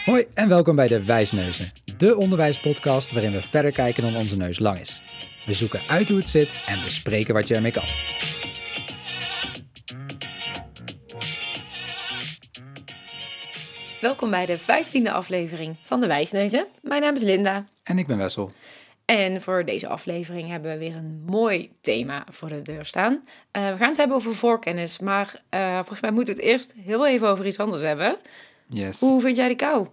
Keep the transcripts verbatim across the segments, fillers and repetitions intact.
Hoi en welkom bij de Wijsneuzen, de onderwijspodcast waarin we verder kijken dan onze neus lang is. We zoeken uit hoe het zit en bespreken wat je ermee kan. Welkom bij de vijftiende aflevering van de Wijsneuzen. Mijn naam is Linda. En ik ben Wessel. En voor deze aflevering hebben we weer een mooi thema voor de deur staan. Uh, we gaan het hebben over voorkennis, maar uh, volgens mij moeten we het eerst heel even over iets anders hebben. Yes. Hoe vind jij de kou?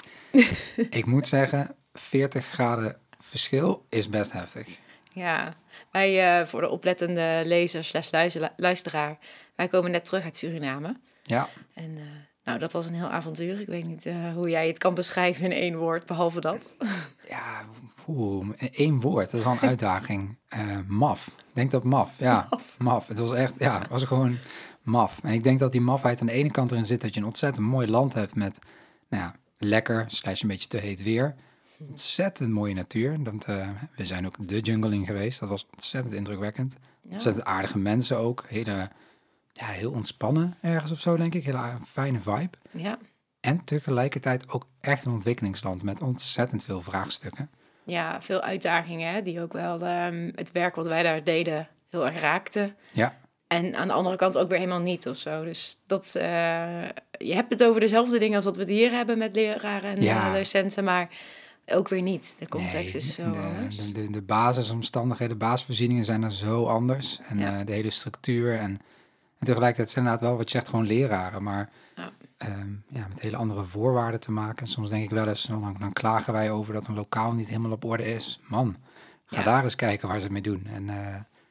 Ik moet zeggen, veertig graden verschil is best heftig. Ja, wij uh, voor de oplettende lezer slash luisteraar, wij komen net terug uit Suriname. Ja. En uh, nou, dat was een heel avontuur. Ik weet niet uh, hoe jij het kan beschrijven in één woord, behalve dat. Ja, oeh, één woord, dat is wel een uitdaging. Uh, maf. Ik denk dat maf, ja, maf. maf. Het was echt, ja, het was gewoon maf. En ik denk dat die mafheid aan de ene kant erin zit dat je een ontzettend mooi land hebt met, nou ja, lekker, slash een beetje te heet weer. Ontzettend mooie natuur. Want, uh, we zijn ook de jungle in geweest. Dat was ontzettend indrukwekkend. Ja. Ontzettend aardige mensen ook. Hele, ja, heel ontspannen ergens of zo, denk ik. Hele fijne vibe. Ja. En tegelijkertijd ook echt een ontwikkelingsland met ontzettend veel vraagstukken. Ja, veel uitdagingen, hè, die ook wel um, het werk wat wij daar deden heel erg raakten. Ja. En aan de andere kant ook weer helemaal niet of zo. Dus dat, uh, je hebt het over dezelfde dingen als wat we het hier hebben met leraren en ja. docenten, maar ook weer niet. De context nee, is zo de, anders. De, de, de basisomstandigheden, de basisvoorzieningen zijn er zo anders. En ja. uh, de hele structuur. En, en tegelijkertijd zijn inderdaad wel wat je zegt, gewoon leraren. Maar ja. Um, ja, met hele andere voorwaarden te maken. Soms denk ik wel eens, dan, dan klagen wij over dat een lokaal niet helemaal op orde is. Man, ga ja. daar eens kijken waar ze het mee doen. En uh,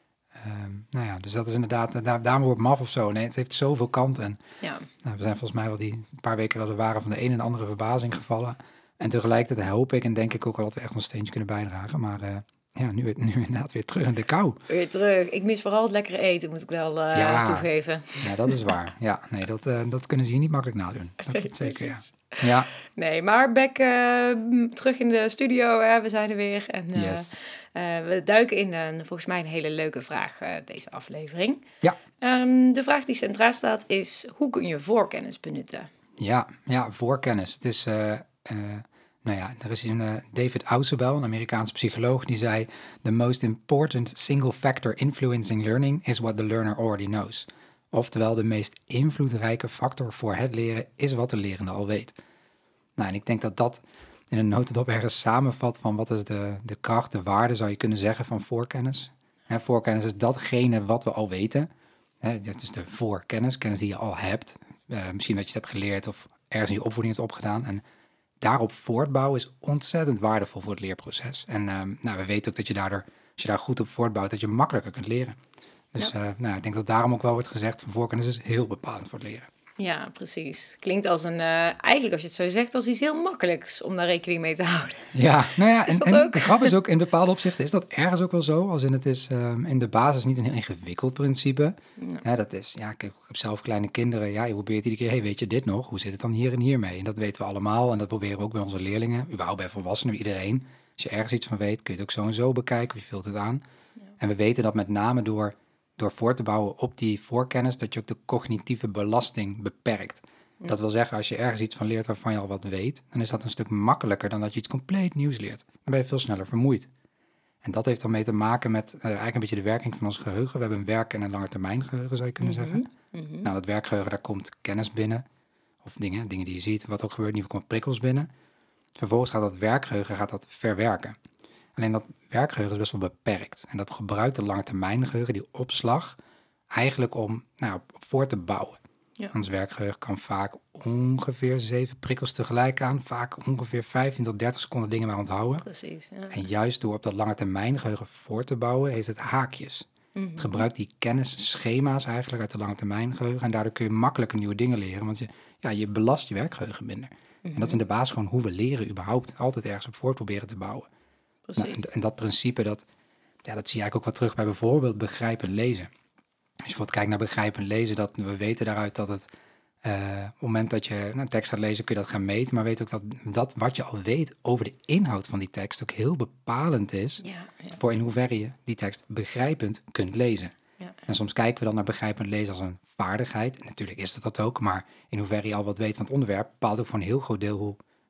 um, nou ja, dus dat is inderdaad, daar, daarom wordt maf of zo. Nee, het heeft zoveel kanten. En ja. nou, we zijn volgens mij wel die een paar weken dat we waren van de een en andere verbazing gevallen. En tegelijkertijd hoop ik en denk ik ook wel dat we echt een steentje kunnen bijdragen. Maar uh, ja, nu, nu inderdaad weer terug in de kou. Weer terug. Ik mis vooral het lekkere eten, moet ik wel uh, ja. toegeven. Ja, dat is waar. Ja, nee, dat, uh, dat kunnen ze hier niet makkelijk nadoen. Dat nee, zeker, ja. ja. Nee, maar back uh, terug in de studio. Hè, we zijn er weer. En uh, yes. uh, we duiken in een, volgens mij een hele leuke vraag, uh, deze aflevering. Ja. Um, de vraag die centraal staat is, hoe kun je voorkennis benutten? Ja, ja, voorkennis. Het is... Uh, uh, Nou ja, er is een uh, David Ausubel, een Amerikaanse psycholoog, die zei: "The most important single factor influencing learning is what the learner already knows." Oftewel, de meest invloedrijke factor voor het leren is wat de lerende al weet. Nou, en ik denk dat dat in een notendop ergens samenvat van wat is de, de kracht, de waarde, zou je kunnen zeggen, van voorkennis. Hè, voorkennis is datgene wat we al weten. Hè, dat is de voorkennis, kennis die je al hebt. Uh, misschien dat je het hebt geleerd of ergens in je opvoeding hebt opgedaan. En daarop voortbouwen is ontzettend waardevol voor het leerproces. En um, nou, we weten ook dat je daardoor, als je daar goed op voortbouwt, dat je makkelijker kunt leren. Dus ja. uh, nou, ik denk dat daarom ook wel wordt gezegd van voorkennis is heel bepalend voor het leren. Ja, precies. Klinkt als een, uh, eigenlijk als je het zo zegt, als iets heel makkelijks om daar rekening mee te houden. Ja, nou ja, en, en de grap is ook, in bepaalde opzichten is dat ergens ook wel zo. Als in het is um, in de basis niet een heel ingewikkeld principe. Ja. Ja, dat is, ja, ik heb zelf kleine kinderen. Ja, je probeert iedere keer, hey, weet je dit nog? Hoe zit het dan hier en hier mee? En dat weten we allemaal. En dat proberen we ook bij onze leerlingen. Überhaupt bij volwassenen, bij iedereen. Als je ergens iets van weet, kun je het ook zo en zo bekijken. Je vult het aan. Ja. En we weten dat met name door... door voor te bouwen op die voorkennis, dat je ook de cognitieve belasting beperkt. Ja. Dat wil zeggen, als je ergens iets van leert waarvan je al wat weet, dan is dat een stuk makkelijker dan dat je iets compleet nieuws leert. Dan ben je veel sneller vermoeid. En dat heeft dan mee te maken met uh, eigenlijk een beetje de werking van ons geheugen. We hebben een werk- en een langetermijngeheugen, zou je kunnen mm-hmm. zeggen. Mm-hmm. Nou, dat werkgeheugen, daar komt kennis binnen. Of dingen, dingen die je ziet, wat ook gebeurt, in ieder geval prikkels binnen. Vervolgens gaat dat werkgeheugen gaat dat verwerken. Alleen dat werkgeheugen is best wel beperkt. En dat gebruikt de langetermijngeheugen, die opslag, eigenlijk om nou, voor te bouwen. Ja. Ons werkgeheugen kan vaak ongeveer zeven prikkels tegelijk aan. Vaak ongeveer vijftien tot dertig seconden dingen maar onthouden. Precies. Ja. En juist door op dat langetermijngeheugen voor te bouwen, heeft het haakjes. Mm-hmm. Het gebruikt die kennisschema's eigenlijk uit de langetermijngeheugen. En daardoor kun je makkelijker nieuwe dingen leren. Want je, ja, je belast je werkgeheugen minder. Mm-hmm. En dat is in de basis gewoon hoe we leren überhaupt. Altijd ergens op voort proberen te bouwen. Nou, en, en dat principe, dat, ja, dat zie je eigenlijk ook wel terug bij bijvoorbeeld begrijpen lezen. Als je bijvoorbeeld kijkt naar begrijpen lezen, dat we weten daaruit dat het, uh, op het moment dat je een tekst gaat lezen, kun je dat gaan meten. Maar weet ook dat, dat wat je al weet over de inhoud van die tekst ook heel bepalend is ja, ja. voor in hoeverre je die tekst begrijpend kunt lezen. Ja. En soms kijken we dan naar begrijpend lezen als een vaardigheid. En natuurlijk is dat dat ook, maar in hoeverre je al wat weet van het onderwerp, bepaalt ook voor een heel groot deel hoe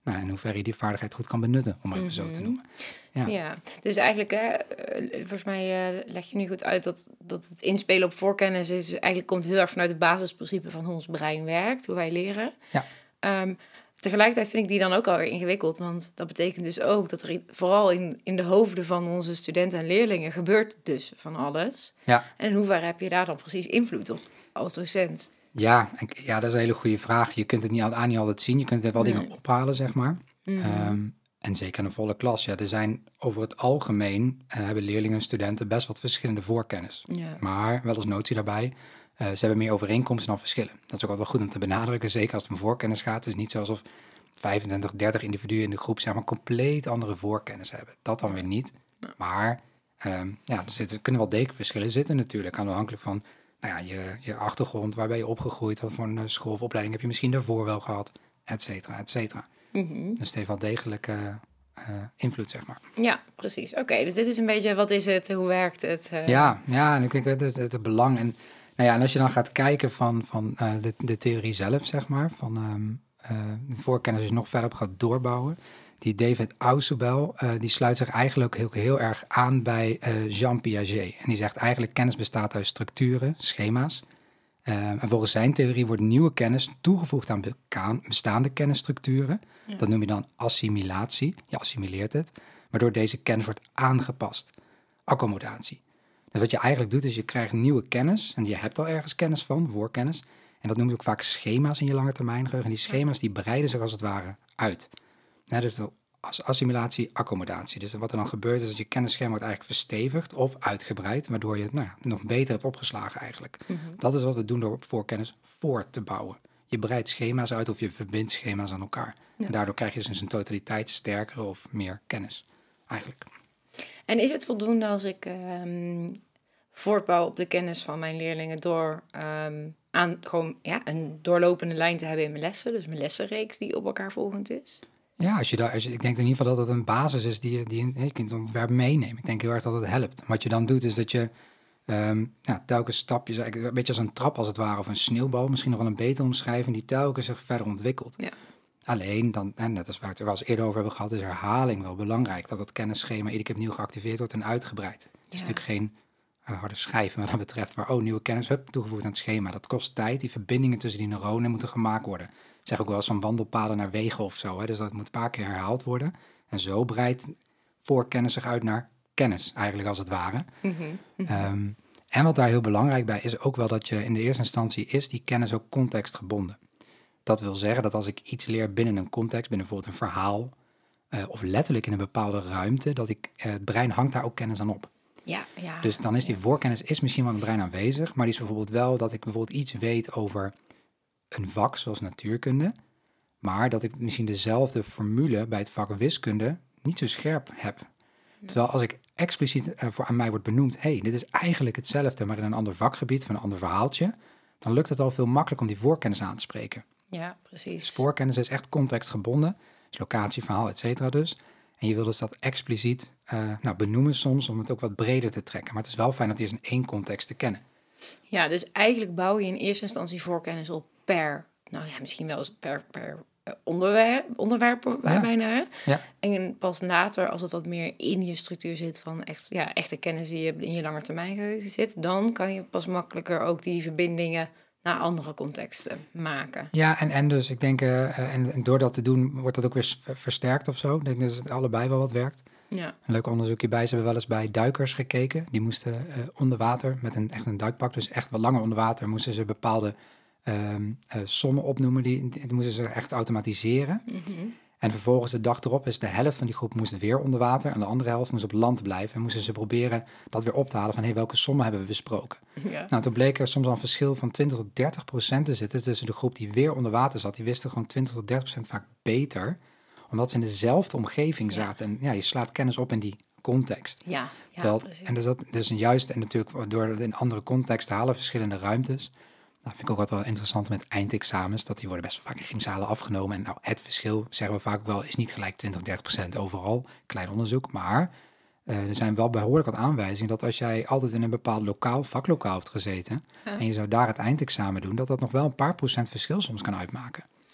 nou, in hoeverre je die vaardigheid goed kan benutten, om even mm-hmm. zo te noemen. Ja, ja. Dus eigenlijk, hè, volgens mij uh, leg je nu goed uit dat, dat het inspelen op voorkennis is, eigenlijk komt heel erg vanuit het basisprincipe van hoe ons brein werkt, hoe wij leren. Ja. Um, tegelijkertijd vind ik die dan ook alweer ingewikkeld, want dat betekent dus ook dat er vooral in, in de hoofden van onze studenten en leerlingen gebeurt dus van alles. Ja. En in hoeverre heb je daar dan precies invloed op als docent? Ja, ja, dat is een hele goede vraag. Je kunt het niet, aan niet altijd zien. Je kunt er wel nee. dingen ophalen, zeg maar. Mm-hmm. Um, en zeker in een volle klas. Ja, er zijn over het algemeen uh, hebben leerlingen en studenten best wat verschillende voorkennis. Ja. Maar wel als notie daarbij, uh, ze hebben meer overeenkomsten dan verschillen. Dat is ook altijd wel goed om te benadrukken. Zeker als het om voorkennis gaat. Het is niet zo alsof vijfentwintig, dertig individuen in de groep zeg maar compleet andere voorkennis hebben. Dat dan weer niet. Ja. Maar um, ja, er, zitten, er kunnen wel degelijk verschillen zitten natuurlijk. Afhankelijk van nou ja, je, je achtergrond, waar ben je opgegroeid, wat voor een school of opleiding heb je misschien daarvoor wel gehad, et cetera, et cetera. Mm-hmm. Dus het heeft wel degelijk uh, uh, invloed, zeg maar. Ja, precies. Oké, okay, dus dit is een beetje, wat is het, hoe werkt het? Uh... Ja, ja, en ik denk, het is het, het belang. En, nou ja, en als je dan gaat kijken van, van uh, de, de theorie zelf, zeg maar, van um, uh, het voorkennis als je nog verder op gaat doorbouwen, die David Ausubel, uh, die sluit zich eigenlijk heel, heel erg aan bij uh, Jean Piaget. En die zegt eigenlijk, kennis bestaat uit structuren, schema's. Uh, en volgens zijn theorie wordt nieuwe kennis toegevoegd aan beka- bestaande kennisstructuren. Ja. Dat noem je dan assimilatie. Je assimileert het. Waardoor deze kennis wordt aangepast. Accommodatie. Dus wat je eigenlijk doet, is je krijgt nieuwe kennis. En je hebt al ergens kennis van, voorkennis. En dat noem je ook vaak schema's in je lange termijn geheugen. En die schema's die breiden zich als het ware uit. Nou, dus als assimilatie, accommodatie. Dus wat er dan gebeurt is dat je kennisschema wordt eigenlijk verstevigd of uitgebreid, waardoor je het nou ja, nog beter hebt opgeslagen eigenlijk. Mm-hmm. Dat is wat we doen door voorkennis voor te bouwen. Je breidt schema's uit of je verbindt schema's aan elkaar. Ja. En daardoor krijg je dus in zijn totaliteit sterkere of meer kennis eigenlijk. En is het voldoende als ik um, voortbouw op de kennis van mijn leerlingen door um, aan gewoon ja, een doorlopende lijn te hebben in mijn lessen, dus mijn lessenreeks die op elkaar volgend is? Ja, als je daar, als je, ik denk in ieder geval dat het een basis is die je, die je kunt ontwerp meenemen. Ik denk heel erg dat het helpt. Wat je dan doet is dat je um, ja, telkens stapjes, een beetje als een trap als het ware, of een sneeuwbal, misschien nog wel een betere omschrijving, die telkens zich verder ontwikkelt. Ja. Alleen, dan, en net als waar we het er wel eens eerder over hebben gehad, is herhaling wel belangrijk. Dat het kennisschema iedere keer opnieuw geactiveerd wordt en uitgebreid. Het is ja. natuurlijk geen uh, harde schijf wat dat betreft, waar oh, nieuwe kennis, hup, toegevoegd aan het schema. Dat kost tijd, die verbindingen tussen die neuronen moeten gemaakt worden. Ik zeg ook wel eens van wandelpaden naar wegen of zo. Hè? Dus dat moet een paar keer herhaald worden. En zo breidt voorkennis zich uit naar kennis, eigenlijk als het ware. Mm-hmm. Mm-hmm. Um, en wat daar heel belangrijk bij is ook wel dat je in de eerste instantie is die kennis ook contextgebonden. Dat wil zeggen dat als ik iets leer binnen een context, binnen bijvoorbeeld een verhaal, uh, of letterlijk in een bepaalde ruimte, dat ik, uh, het brein hangt daar ook kennis aan op. Ja, ja. Dus dan is die voorkennis is misschien wel in het brein aanwezig, maar die is bijvoorbeeld wel dat ik bijvoorbeeld iets weet over een vak zoals natuurkunde, maar dat ik misschien dezelfde formule bij het vak wiskunde niet zo scherp heb. Ja. Terwijl als ik expliciet uh, voor aan mij wordt benoemd, hey, dit is eigenlijk hetzelfde, maar in een ander vakgebied, van een ander verhaaltje, dan lukt het al veel makkelijker om die voorkennis aan te spreken. Ja, precies. Dus voorkennis is echt contextgebonden, dus locatie, verhaal, et cetera dus. En je wil dus dat expliciet uh, nou, benoemen soms om het ook wat breder te trekken. Maar het is wel fijn dat eerst in één context te kennen. Ja, dus eigenlijk bouw je in eerste instantie voorkennis op per, nou ja, misschien wel eens per, per onderwerp, onderwerp ja. bijna. Ja. En pas later, als het wat meer in je structuur zit van echt, ja, echte kennis die je in je langetermijngeheugen zit, dan kan je pas makkelijker ook die verbindingen naar andere contexten maken. Ja, en, en dus ik denk, uh, en, en door dat te doen wordt dat ook weer versterkt of zo. Ik denk dat het allebei wel wat werkt. Ja. Een leuk onderzoekje bij, ze hebben wel eens bij duikers gekeken. Die moesten uh, onder water, met een, echt een duikpak, dus echt wat langer onder water, moesten ze bepaalde um, uh, sommen opnoemen. Die, die moesten ze echt automatiseren. Mm-hmm. En vervolgens de dag erop is de helft van die groep moest weer onder water en de andere helft moest op land blijven. En moesten ze proberen dat weer op te halen van, hé, hey, welke sommen hebben we besproken? Ja. Nou, toen bleek er soms al een verschil van twintig tot dertig procent te zitten tussen de groep die weer onder water zat. Die wisten gewoon twintig tot dertig procent vaak beter, omdat ze in dezelfde omgeving zaten. Ja. En ja, je slaat kennis op in die context. Ja, ja, Terwijl, en dus dat dus een juist, en natuurlijk door het in andere context te halen, verschillende ruimtes. Nou, vind ik ook altijd wel interessant met eindexamens, dat die worden best wel vaak in gymzalen afgenomen. En nou, het verschil, zeggen we vaak wel, is niet gelijk twintig, dertig procent overal. Klein onderzoek, maar uh, er zijn wel behoorlijk wat aanwijzingen dat als jij altijd in een bepaald lokaal, vaklokaal hebt gezeten, ja, en je zou daar het eindexamen doen, dat dat nog wel een paar procent verschil soms kan uitmaken.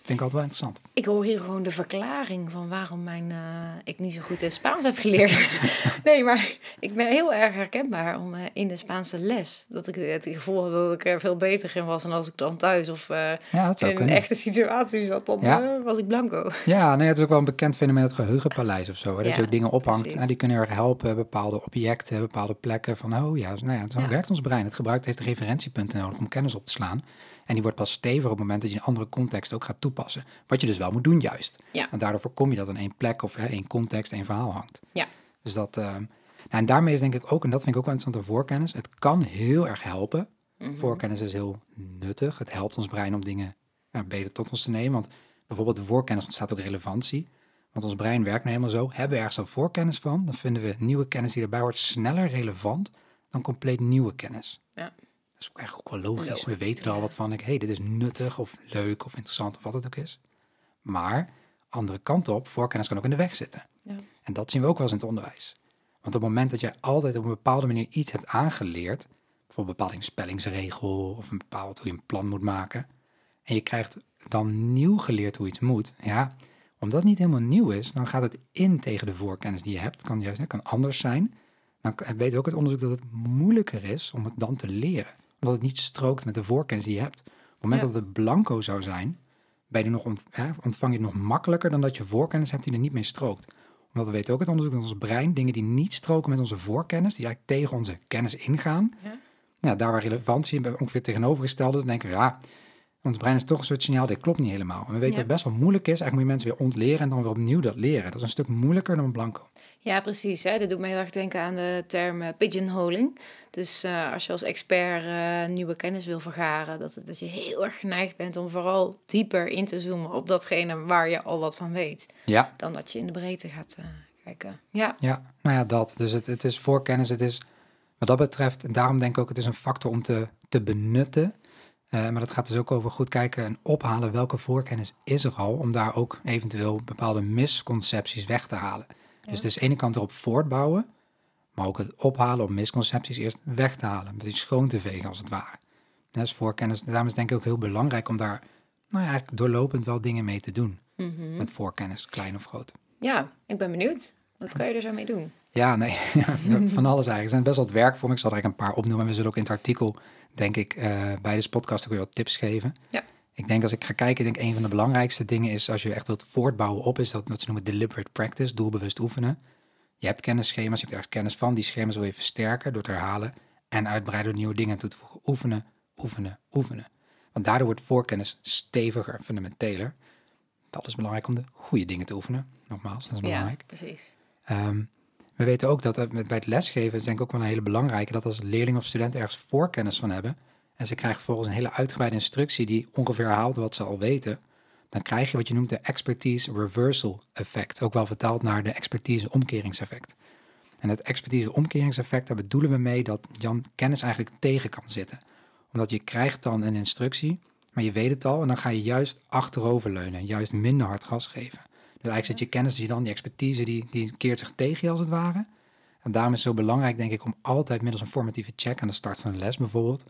vind ik altijd wel interessant. Ik hoor hier gewoon de verklaring van waarom mijn, uh, ik niet zo goed in Spaans heb geleerd. Nee, maar ik ben heel erg herkenbaar om, uh, in de Spaanse les. Dat ik het gevoel had dat ik er veel beter in was. En als ik dan thuis of uh, ja, dat zou in kunnen. een echte situatie zat, dan ja. uh, was ik blanco. Ja, nee, het is ook wel een bekend fenomeen, het geheugenpaleis of zo. Hè? Dat ja, je ook dingen ophangt en die kunnen erg helpen. Bepaalde objecten, bepaalde plekken. Van, oh ja, nou ja, zo ja. werkt ons brein. Het gebruikt heeft referentiepunten nodig om kennis op te slaan. En die wordt pas steviger op het moment dat je in een andere context ook gaat toepassen. Wat je dus wel moet doen juist. Ja. Want daardoor voorkom je dat in één plek of hè, één context, één verhaal hangt. Ja. Dus dat, uh, nou, en daarmee is denk ik ook, en dat vind ik ook wel interessant aan voorkennis, het kan heel erg helpen. Mm-hmm. Voorkennis is heel nuttig. Het helpt ons brein om dingen ja, beter tot ons te nemen. Want bijvoorbeeld de voorkennis ontstaat ook relevantie. Want ons brein werkt nou helemaal zo. Hebben we ergens al voorkennis van, dan vinden we nieuwe kennis die erbij hoort sneller relevant dan compleet nieuwe kennis. Ja. Dat is eigenlijk ook wel logisch. logisch. We weten er al wat van. Hé, hey, dit is nuttig of leuk of interessant of wat het ook is. Maar andere kant op, voorkennis kan ook in de weg zitten. Ja. En dat zien we ook wel eens in het onderwijs. Want op het moment dat je altijd op een bepaalde manier iets hebt aangeleerd, bijvoorbeeld een bepaalde spellingsregel of een bepaald hoe je een plan moet maken, en je krijgt dan nieuw geleerd hoe iets moet, ja, omdat het niet helemaal nieuw is, dan gaat het in tegen de voorkennis die je hebt. Het kan, juist, het kan anders zijn. Dan weet ook het onderzoek dat het moeilijker is om het dan te leren. Omdat het niet strookt met de voorkennis die je hebt. Op het moment ja. dat het blanco zou zijn, ben je nog ont, ja, ontvang je het nog makkelijker dan dat je voorkennis hebt die er niet mee strookt. Omdat we weten ook het onderzoek dat ons brein dingen die niet stroken met onze voorkennis, die eigenlijk tegen onze kennis ingaan, ja. Ja, daar waar relevantie ongeveer tegenovergestelde, dan denken we, ja, ons brein is toch een soort signaal, dit klopt niet helemaal. En we weten ja. dat het best wel moeilijk is. Eigenlijk moet je mensen weer ontleren en dan weer opnieuw dat leren. Dat is een stuk moeilijker dan blanco. Ja, precies. Hè? Dat doet mij heel erg denken aan de term uh, pigeonholing. Dus uh, als je als expert uh, nieuwe kennis wil vergaren, dat, dat je heel erg geneigd bent om vooral dieper in te zoomen op datgene waar je al wat van weet. Ja. Dan dat je in de breedte gaat uh, kijken. Ja. Ja, nou ja, dat. Dus het, het is voorkennis. Het is wat dat betreft, en daarom denk ik ook, het is een factor om te, te benutten. Uh, maar dat gaat dus ook over goed kijken en ophalen welke voorkennis is er al, om daar ook eventueel bepaalde misconcepties weg te halen. Ja. Dus dus de ene kant erop voortbouwen, maar ook het ophalen om misconcepties eerst weg te halen. Met iets schoon te vegen als het ware. Dus voorkennis, daarom is het denk ik ook heel belangrijk om daar nou ja, eigenlijk doorlopend wel dingen mee te doen. Mm-hmm. Met voorkennis, klein of groot. Ja, ik ben benieuwd. Wat kan je er zo mee doen? Ja, nee, van alles eigenlijk. Er zijn best wel het werk voor me. Ik zal er eigenlijk een paar opnoemen. En we zullen ook in het artikel, denk ik, uh, bij deze podcast ook weer wat tips geven. Ja. Ik denk als ik ga kijken, ik denk een van de belangrijkste dingen is, als je echt wilt voortbouwen op, is dat wat ze noemen deliberate practice, doelbewust oefenen. Je hebt kennisschema's, je hebt ergens kennis van. Die schema's wil je versterken door te herhalen en uitbreiden door nieuwe dingen toe te voegen. Oefenen, oefenen, oefenen. Want daardoor wordt voorkennis steviger, fundamenteler. Dat is belangrijk om de goede dingen te oefenen. Nogmaals, dat is belangrijk. Ja, precies. Um, we weten ook dat uh, bij het lesgeven is denk ik ook wel een hele belangrijke, dat als leerling of student ergens voorkennis van hebben en ze krijgen volgens een hele uitgebreide instructie die ongeveer herhaalt wat ze al weten, dan krijg je wat je noemt de expertise reversal effect, ook wel vertaald naar de expertise omkeringseffect. En het expertise omkeringseffect, daar bedoelen we mee dat Jan kennis eigenlijk tegen kan zitten. Omdat je krijgt dan een instructie, maar je weet het al en dan ga je juist achteroverleunen, juist minder hard gas geven. Dus eigenlijk zit je kennis, die dan die expertise, die, die keert zich tegen je als het ware. En daarom is het zo belangrijk, denk ik, om altijd middels een formatieve check aan de start van een les bijvoorbeeld,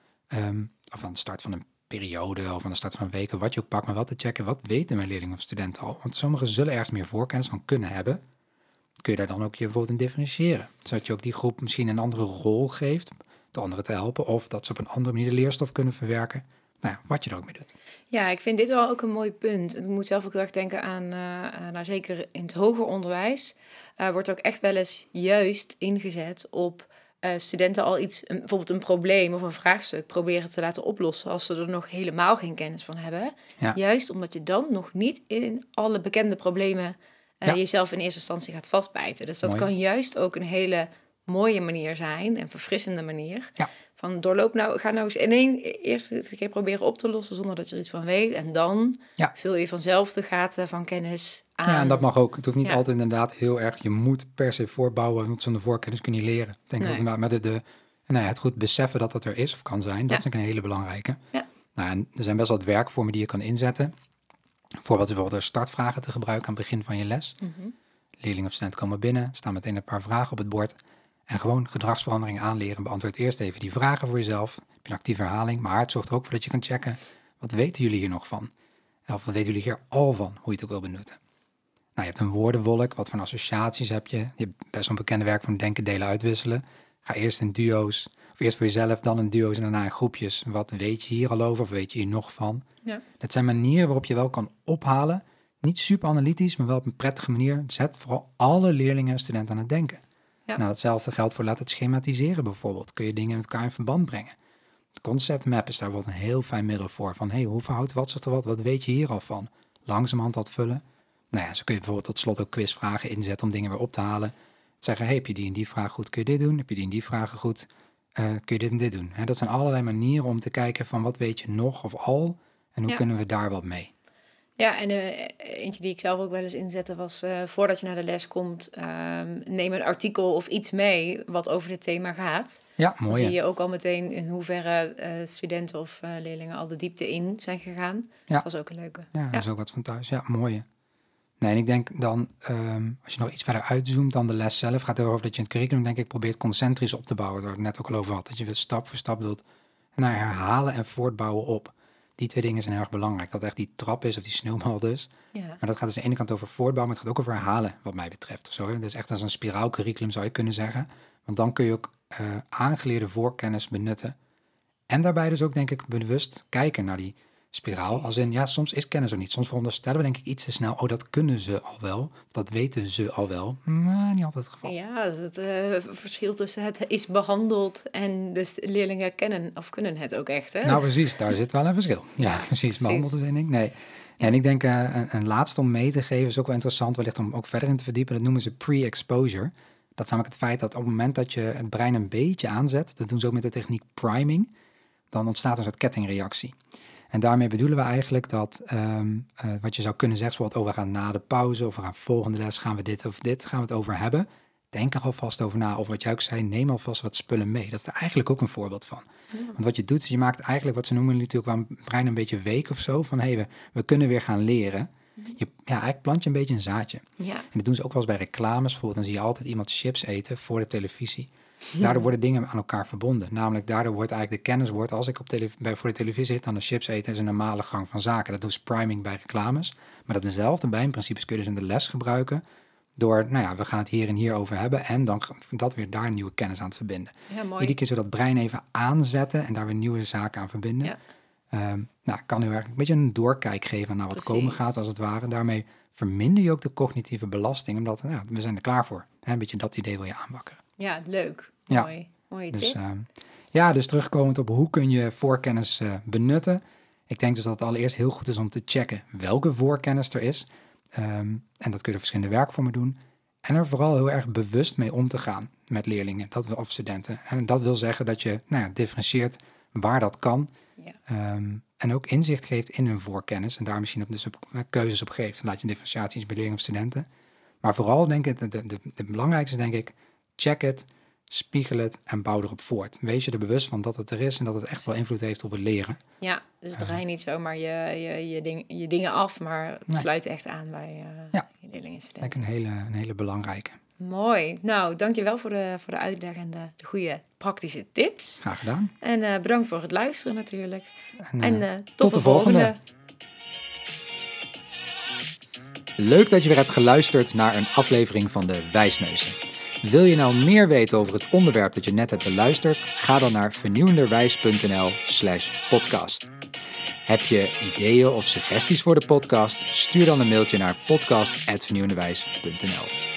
um, of aan de start van een periode of aan de start van een week, wat je ook pakt, maar wat te checken, wat weten mijn leerlingen of studenten al? Want sommigen zullen ergens meer voorkennis van kunnen hebben. Kun je daar dan ook je bijvoorbeeld in differentiëren? Zodat je ook die groep misschien een andere rol geeft, de anderen te helpen, of dat ze op een andere manier de leerstof kunnen verwerken. Nou ja, wat je er ook mee doet. Ja, ik vind dit wel ook een mooi punt. Ik moet zelf ook heel erg denken aan, uh, nou zeker in het hoger onderwijs, uh, wordt ook echt wel eens juist ingezet op uh, studenten al iets, een, bijvoorbeeld een probleem of een vraagstuk proberen te laten oplossen als ze er nog helemaal geen kennis van hebben. Ja. Juist omdat je dan nog niet in alle bekende problemen uh, ja. jezelf in eerste instantie gaat vastbijten. Dus dat mooi. Kan juist ook een hele mooie manier zijn, een verfrissende manier. Ja. Van doorloop nou, ga nou eens in één eerste keer proberen op te lossen zonder dat je er iets van weet. En dan ja. vul je vanzelf de gaten van kennis aan. Ja, en dat mag ook. Het hoeft niet ja. altijd inderdaad heel erg. Je moet per se voortbouwen, want zonder voorkennis kun je niet leren. Ik denk nee. dat inderdaad, maar de, de, nou ja, het goed beseffen dat dat er is of kan zijn, dat ja. is een hele belangrijke. Ja. Nou, en er zijn best wel wat werkvormen die je kan inzetten. Voorbeeld bijvoorbeeld door startvragen te gebruiken aan het begin van je les. Mm-hmm. Leerlingen of studenten komen binnen, staan meteen een paar vragen op het bord. En gewoon gedragsverandering aanleren. Beantwoord eerst even die vragen voor jezelf. Heb je een actieve herhaling. Maar het zorgt er ook voor dat je kan checken. Wat weten jullie hier nog van? Of wat weten jullie hier al van, hoe je het ook wil benutten. Nou, je hebt een woordenwolk, wat voor associaties heb je? Je hebt best wel een bekende werk van denken, delen, uitwisselen. Ga eerst in duo's, of eerst voor jezelf, dan in duo's en daarna in groepjes. Wat weet je hier al over, of weet je hier nog van? Ja. Dat zijn manieren waarop je wel kan ophalen. Niet super analytisch, maar wel op een prettige manier. Zet vooral alle leerlingen en studenten aan het denken. Ja. Nou, datzelfde geldt voor laat het schematiseren bijvoorbeeld. Kun je dingen met elkaar in verband brengen. De concept map is daar wel een heel fijn middel voor. Van, hé, hey, hoe verhoudt wat zich er wat? Wat weet je hier al van? Langzamerhand dat vullen. Nou ja, zo kun je bijvoorbeeld tot slot ook quizvragen inzetten om dingen weer op te halen. Zeggen, hey, heb je die en die vraag goed, kun je dit doen? Heb je die en die vragen goed, uh, kun je dit en dit doen? He, dat zijn allerlei manieren om te kijken van wat weet je nog of al en hoe ja. kunnen we daar wat mee? Ja, en uh, eentje die ik zelf ook wel eens inzette was, uh, voordat je naar de les komt, uh, neem een artikel of iets mee wat over dit thema gaat. Ja, mooi. Dan zie je ook al meteen in hoeverre uh, studenten of uh, leerlingen al de diepte in zijn gegaan. Ja. Dat was ook een leuke. Ja, ja. Dat is ook wat van thuis. Ja, mooi. Nee, en ik denk dan, um, als je nog iets verder uitzoomt dan de les zelf, gaat het erover dat je in het curriculum, denk ik, probeert concentrisch op te bouwen. Waar ik het net ook al over had. Dat je stap voor stap wilt naar herhalen en voortbouwen op. Die twee dingen zijn heel erg belangrijk. Dat echt die trap is of die sneeuwbal dus. Ja. Maar dat gaat dus aan de ene kant over voortbouwen, maar het gaat ook over herhalen, wat mij betreft. Of zo. Dat is echt als een spiraalcurriculum, zou je kunnen zeggen. Want dan kun je ook uh, aangeleerde voorkennis benutten. En daarbij dus ook, denk ik, bewust kijken naar die spiraal. Precies. Als in, ja, soms is kennis er niet. Soms veronderstellen we denk ik iets te snel. Oh, dat kunnen ze al wel. Of dat weten ze al wel. Maar niet altijd het geval. Ja, het uh, verschil tussen het is behandeld en dus leerlingen kennen of kunnen het ook echt, hè? Nou, precies. Daar zit wel een verschil. Ja, ja precies. precies. Behandeld is één ding. Nee. Ja. En ik denk, uh, een, een laatste om mee te geven is ook wel interessant. Wellicht om ook verder in te verdiepen. Dat noemen ze pre-exposure. Dat is namelijk het feit dat op het moment dat je het brein een beetje aanzet. Dat doen ze ook met de techniek priming. Dan ontstaat een soort kettingreactie. En daarmee bedoelen we eigenlijk dat, um, uh, wat je zou kunnen zeggen, bijvoorbeeld, oh, we gaan na de pauze of we gaan volgende les, gaan we dit of dit, gaan we het over hebben. Denk er alvast over na. Of wat jij ook zei, neem alvast wat spullen mee. Dat is er eigenlijk ook een voorbeeld van. Ja. Want wat je doet, is je maakt eigenlijk wat ze noemen natuurlijk wel een brein een beetje week of zo. Van, hé, hey, we, we kunnen weer gaan leren. Je, ja, eigenlijk plant je een beetje een zaadje. Ja. En dat doen ze ook wel eens bij reclames. Bijvoorbeeld, dan zie je altijd iemand chips eten voor de televisie. Daardoor worden dingen aan elkaar verbonden. Namelijk, daardoor wordt eigenlijk de kennis, wordt, als ik op tele- bij, voor de televisie zit, dan de chips eten is een normale gang van zaken. Dat doet priming bij reclames. Maar dat dezelfde bijnprincipes kun je dus in de les gebruiken. Door, nou ja, we gaan het hier en hier over hebben. En dan dat weer daar nieuwe kennis aan te verbinden. Ja, mooi. Iedere keer zo dat brein even aanzetten en daar weer nieuwe zaken aan verbinden. Ja. Um, nou, kan heel erg een beetje een doorkijk geven naar wat Precies. komen gaat, als het ware. Daarmee verminder je ook de cognitieve belasting, omdat nou, we zijn er klaar voor. Hè, een beetje dat idee wil je aanwakkeren. Ja, leuk. Ja. Mooi. Mooie dus, tip. Uh, ja, dus terugkomend op hoe kun je voorkennis uh, benutten. Ik denk dus dat het allereerst heel goed is om te checken welke voorkennis er is. Um, en dat kun je er verschillende werkvormen doen. En er vooral heel erg bewust mee om te gaan met leerlingen dat wil, of studenten. En dat wil zeggen dat je nou ja, differentieert waar dat kan. Ja. Um, en ook inzicht geeft in hun voorkennis. En daar misschien op, dus op, uh, keuzes op geeft. Dan laat je differentiaties bij leerlingen of studenten. Maar vooral denk ik, de, de, de, de belangrijkste denk ik, check het, spiegel het en bouw erop voort. Wees je er bewust van dat het er is en dat het echt wel invloed heeft op het leren. Ja, dus draai uh, niet zomaar je, je, je, ding, je dingen af, maar nee. sluit echt aan bij uh, ja. je leerlingen en studenten. Dat is een hele, een hele belangrijke. Mooi. Nou, dankjewel voor de, voor de uitleg en de, de goede praktische tips. Graag gedaan. En uh, bedankt voor het luisteren natuurlijk. En, uh, en uh, tot, tot de, de volgende. volgende. Leuk dat je weer hebt geluisterd naar een aflevering van de Wijsneuzen. Wil je nou meer weten over het onderwerp dat je net hebt beluisterd? Ga dan naar vernieuwenderwijs.nl slash podcast. Heb je ideeën of suggesties voor de podcast? Stuur dan een mailtje naar podcast at vernieuwenderwijs punt n l.